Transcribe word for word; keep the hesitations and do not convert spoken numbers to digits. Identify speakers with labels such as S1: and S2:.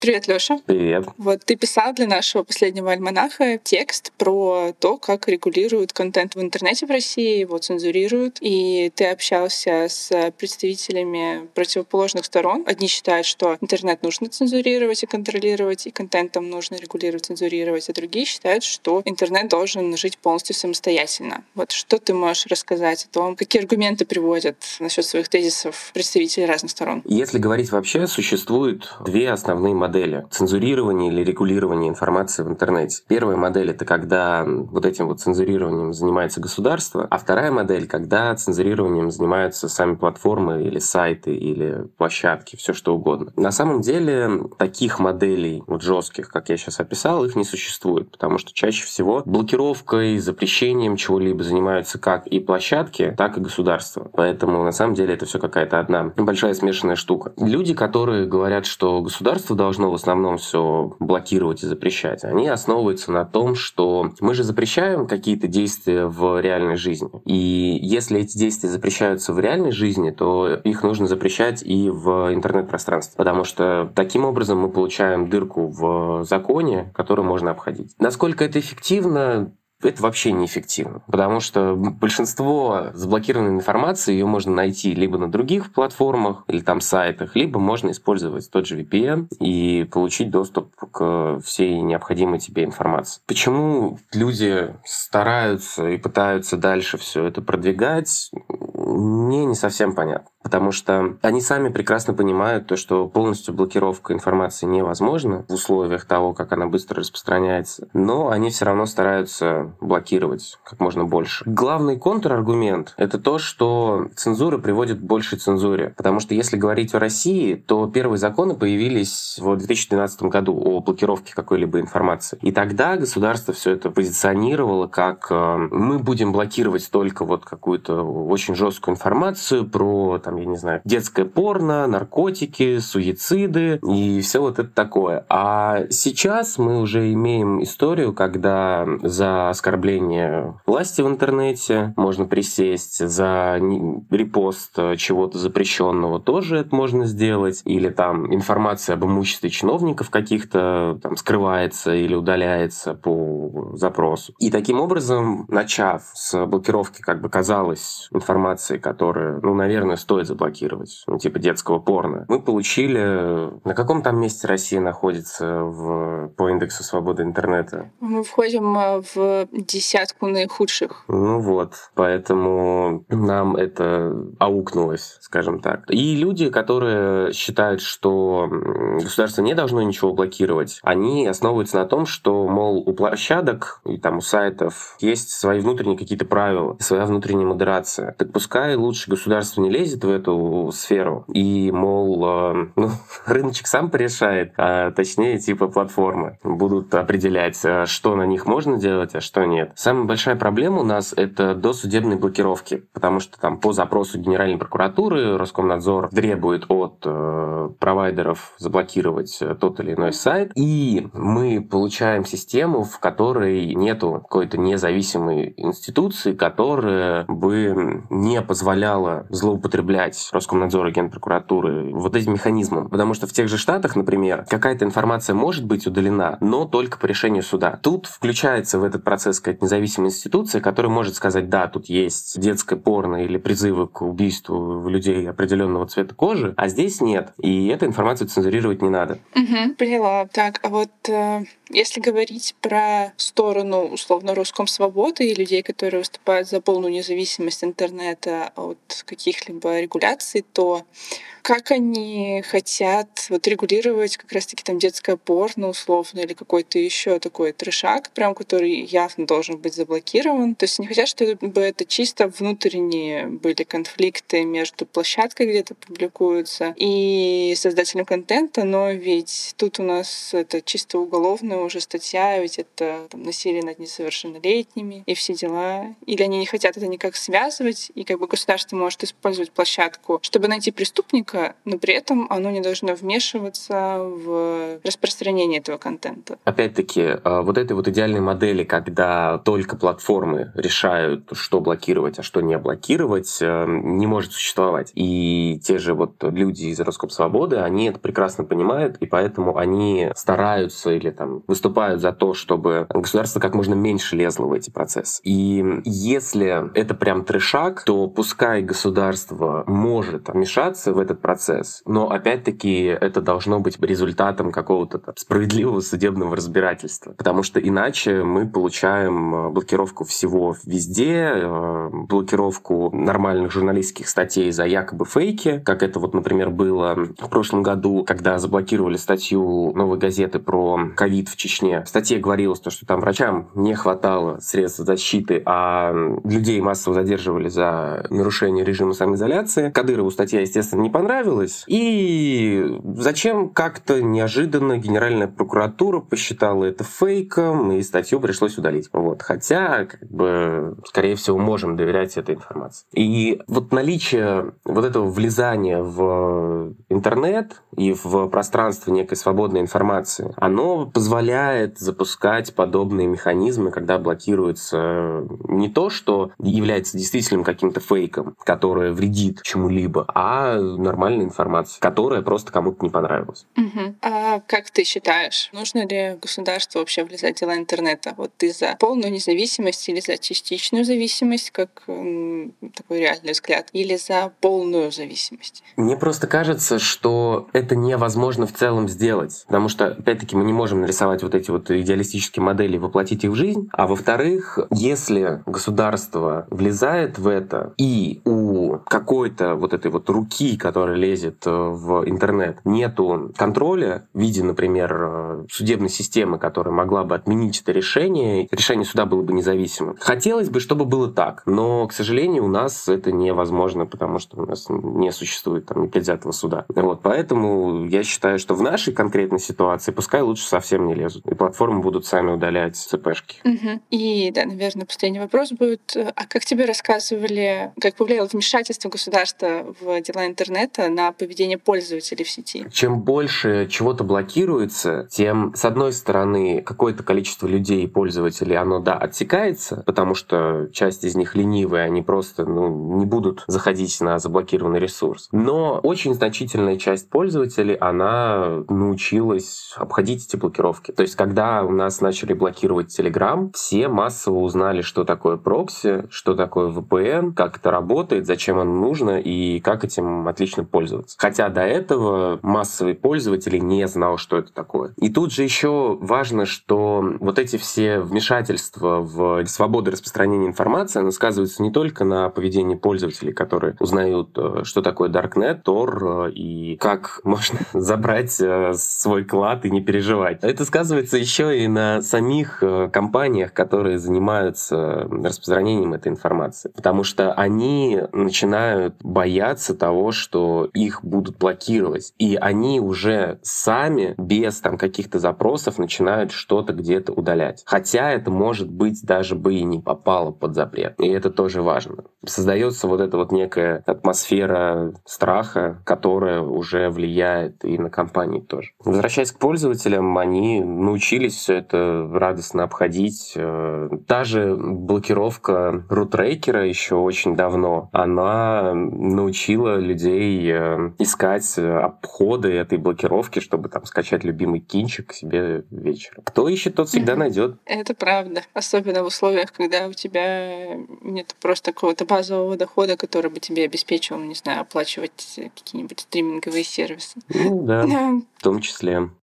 S1: Привет, Лёша.
S2: Привет.
S1: Вот ты писал для нашего последнего альманаха текст про то, как регулируют контент в интернете в России, его цензурируют. И ты общался с представителями противоположных сторон. Одни считают, что интернет нужно цензурировать и контролировать, и контент там нужно регулировать, цензурировать, а другие считают, что интернет должен жить полностью самостоятельно. Вот что ты можешь рассказать о том, какие аргументы приводят насчет своих тезисов представители разных сторон?
S2: Если говорить вообще, существует две основные модели цензурирования или регулирования информации в интернете. Первая модель — это когда вот этим вот цензурированием занимается государство, а вторая модель — когда цензурированием занимаются сами платформы или сайты, или площадки, все что угодно. На самом деле таких моделей вот жестких, как я сейчас описал, их не существует, потому что чаще всего блокировкой, запрещением чего-либо занимаются как и площадки, так и государство. Поэтому на самом деле это все какая-то одна большая смешанная штука. Люди, которые говорят, что государство должно в основном все блокировать и запрещать, они основываются на том, что мы же запрещаем какие-то действия в реальной жизни. И если эти действия запрещаются в реальной жизни, то их нужно запрещать и в интернет-пространстве. Потому что таким образом мы получаем дырку в законе, которую можно обходить. Насколько это эффективно? Это вообще неэффективно, потому что большинство заблокированной информации ее можно найти либо на других платформах или там сайтах, либо можно использовать тот же ви пи эн и получить доступ к всей необходимой тебе информации. Почему люди стараются и пытаются дальше все это продвигать, мне не совсем понятно. Потому что они сами прекрасно понимают то, что полностью блокировка информации невозможна в условиях того, как она быстро распространяется, но они все равно стараются блокировать как можно больше. Главный контраргумент — это то, что цензура приводит к большей цензуре. Потому что если говорить о России, то первые законы появились в две тысячи двенадцатом году о блокировке какой-либо информации. И тогда государство все это позиционировало как мы будем блокировать только вот какую-то очень жесткую информацию про, там, я не знаю, детское порно, наркотики, суициды и все вот это такое. А сейчас мы уже имеем историю, когда за оскорбление власти в интернете можно присесть, за репост чего-то запрещенного тоже это можно сделать, или там информация об имуществе чиновников каких-то там скрывается или удаляется по запросу. И таким образом, начав с блокировки, как бы казалось, информации, которая, ну, наверное, стоит заблокировать, ну, типа детского порно, мы получили... На каком там месте Россия находится в, по индексу свободы интернета?
S1: Мы входим в десятку наихудших.
S2: Ну вот, поэтому нам это аукнулось, скажем так. И люди, которые считают, что государство не должно ничего блокировать, они основываются на том, что, мол, у площадок и там у сайтов есть свои внутренние какие-то правила, своя внутренняя модерация. Так пускай лучше государство не лезет в эту сферу и, мол, ну, рыночек сам порешает, а точнее типа платформы будут определять, что на них можно делать, а что нет. Самая большая проблема у нас — это досудебные блокировки, потому что там по запросу Генеральной прокуратуры Роскомнадзор требует от э, провайдеров заблокировать тот или иной сайт, и мы получаем систему, в которой нету какой-то независимой институции, которая бы не позволяла злоупотреблять Роскомнадзор и Генпрокуратуры вот этим механизмом. Потому что в тех же Штатах, например, какая-то информация может быть удалена, но только по решению суда. Тут включается в этот процесс какая-то независимая институция, которая может сказать: да, тут есть детское порно или призывы к убийству людей определенного цвета кожи, а здесь нет. И эту информацию цензурировать не надо.
S1: Угу, поняла. Так, а вот э, если говорить про сторону, условно, Роскомсвободы и людей, которые выступают за полную независимость интернета от каких-либо регуляций, то как они хотят вот регулировать как раз-таки там детское порно условно или какой-то еще такой трешак, прям который явно должен быть заблокирован. То есть они хотят, чтобы это чисто внутренние были конфликты между площадкой, где это публикуется, и создателем контента, но ведь тут у нас это чисто уголовная уже статья, ведь это там, насилие над несовершеннолетними и все дела. Или они не хотят это никак связывать, и как бы государство может использовать площадку, чтобы найти преступника, блокировка, но при этом оно не должно вмешиваться в распространение этого контента.
S2: Опять-таки, вот этой вот идеальной модели, когда только платформы решают, что блокировать, а что не блокировать, не может существовать. И те же вот люди из Роскомсвободы, они это прекрасно понимают, и поэтому они стараются или там выступают за то, чтобы государство как можно меньше лезло в эти процессы. И если это прям трешак, то пускай государство может вмешаться в этот процесс, но опять-таки это должно быть результатом какого-то там справедливого судебного разбирательства. Потому что иначе мы получаем блокировку всего везде, блокировку нормальных журналистских статей за якобы фейки, как это вот, например, было в прошлом году, когда заблокировали статью «Новой газеты» про ковид в Чечне. В статье говорилось, что там врачам не хватало средств защиты, а людей массово задерживали за нарушение режима самоизоляции. Кадырову статья, естественно, не понравилась. И зачем как-то неожиданно Генеральная прокуратура посчитала это фейком, и статью пришлось удалить. Вот. Хотя, как бы, скорее всего, можем доверять этой информации. И вот наличие вот этого влезания в интернет и в пространство некой свободной информации, оно позволяет запускать подобные механизмы, когда блокируется не то, что является действительно каким-то фейком, которое вредит чему-либо, а нормальная информация, которая просто кому-то не понравилась.
S1: Угу. А как ты считаешь, нужно ли государству вообще влезать в дела интернета? Вот ты за полную независимость или за частичную зависимость, как м, такой реальный взгляд, или за полную зависимость?
S2: Мне просто кажется, что это невозможно в целом сделать, потому что, опять-таки, мы не можем нарисовать вот эти вот идеалистические модели, воплотить их в жизнь, а во-вторых, если государство влезает в это, и у какой-то вот этой вот руки, которая лезет в интернет, нету контроля в виде, например, судебной системы, которая могла бы отменить это решение, решение суда было бы независимым. Хотелось бы, чтобы было так, но, к сожалению, у нас это невозможно, потому что у нас не существует там непредвзятого суда. Вот, поэтому я считаю, что в нашей конкретной ситуации пускай лучше совсем не лезут, и платформы будут сами удалять цпшки.
S1: Угу. И, да, наверное, последний вопрос будет. А как тебе рассказывали, как повлияло вмешательство государства в дела интернета на поведение пользователей в сети?
S2: Чем больше чего-то блокируется, тем, с одной стороны, какое-то количество людей и пользователей, оно, да, отсекается, потому что часть из них ленивые, они просто ну, не будут заходить на заблокированный ресурс. Но очень значительная часть пользователей, она научилась обходить эти блокировки. То есть, когда у нас начали блокировать Telegram, все массово узнали, что такое прокси, что такое ви пи эн, как это работает, зачем оно нужно и как этим отлично пользоваться. Хотя до этого массовый пользователь не знал, что это такое. И тут же еще важно, что вот эти все вмешательства в свободу распространения информации, оно сказывается не только на поведении пользователей, которые узнают, что такое Darknet, Tor и как можно забрать свой клад и не переживать. Это сказывается еще и на самих компаниях, которые занимаются распространением этой информации. Потому что они начинают бояться того, что их будут блокировать. И они уже сами, без там, каких-то запросов, начинают что-то где-то удалять. Хотя это, может быть, даже бы и не попало под запрет. И это тоже важно. Создается вот эта вот некая атмосфера страха, которая уже влияет и на компании тоже. Возвращаясь к пользователям, они научились все это радостно обходить. Даже блокировка рутрекера еще очень давно, она научила людей искать обходы этой блокировки, чтобы там скачать любимый кинчик к себе вечером. Кто ищет, тот всегда найдет.
S1: Это правда. Особенно в условиях, когда у тебя нет просто какого-то базового дохода, который бы тебе обеспечивал, не знаю, оплачивать какие-нибудь стриминговые сервисы.
S2: Ну да,
S1: Да.
S2: в том числе.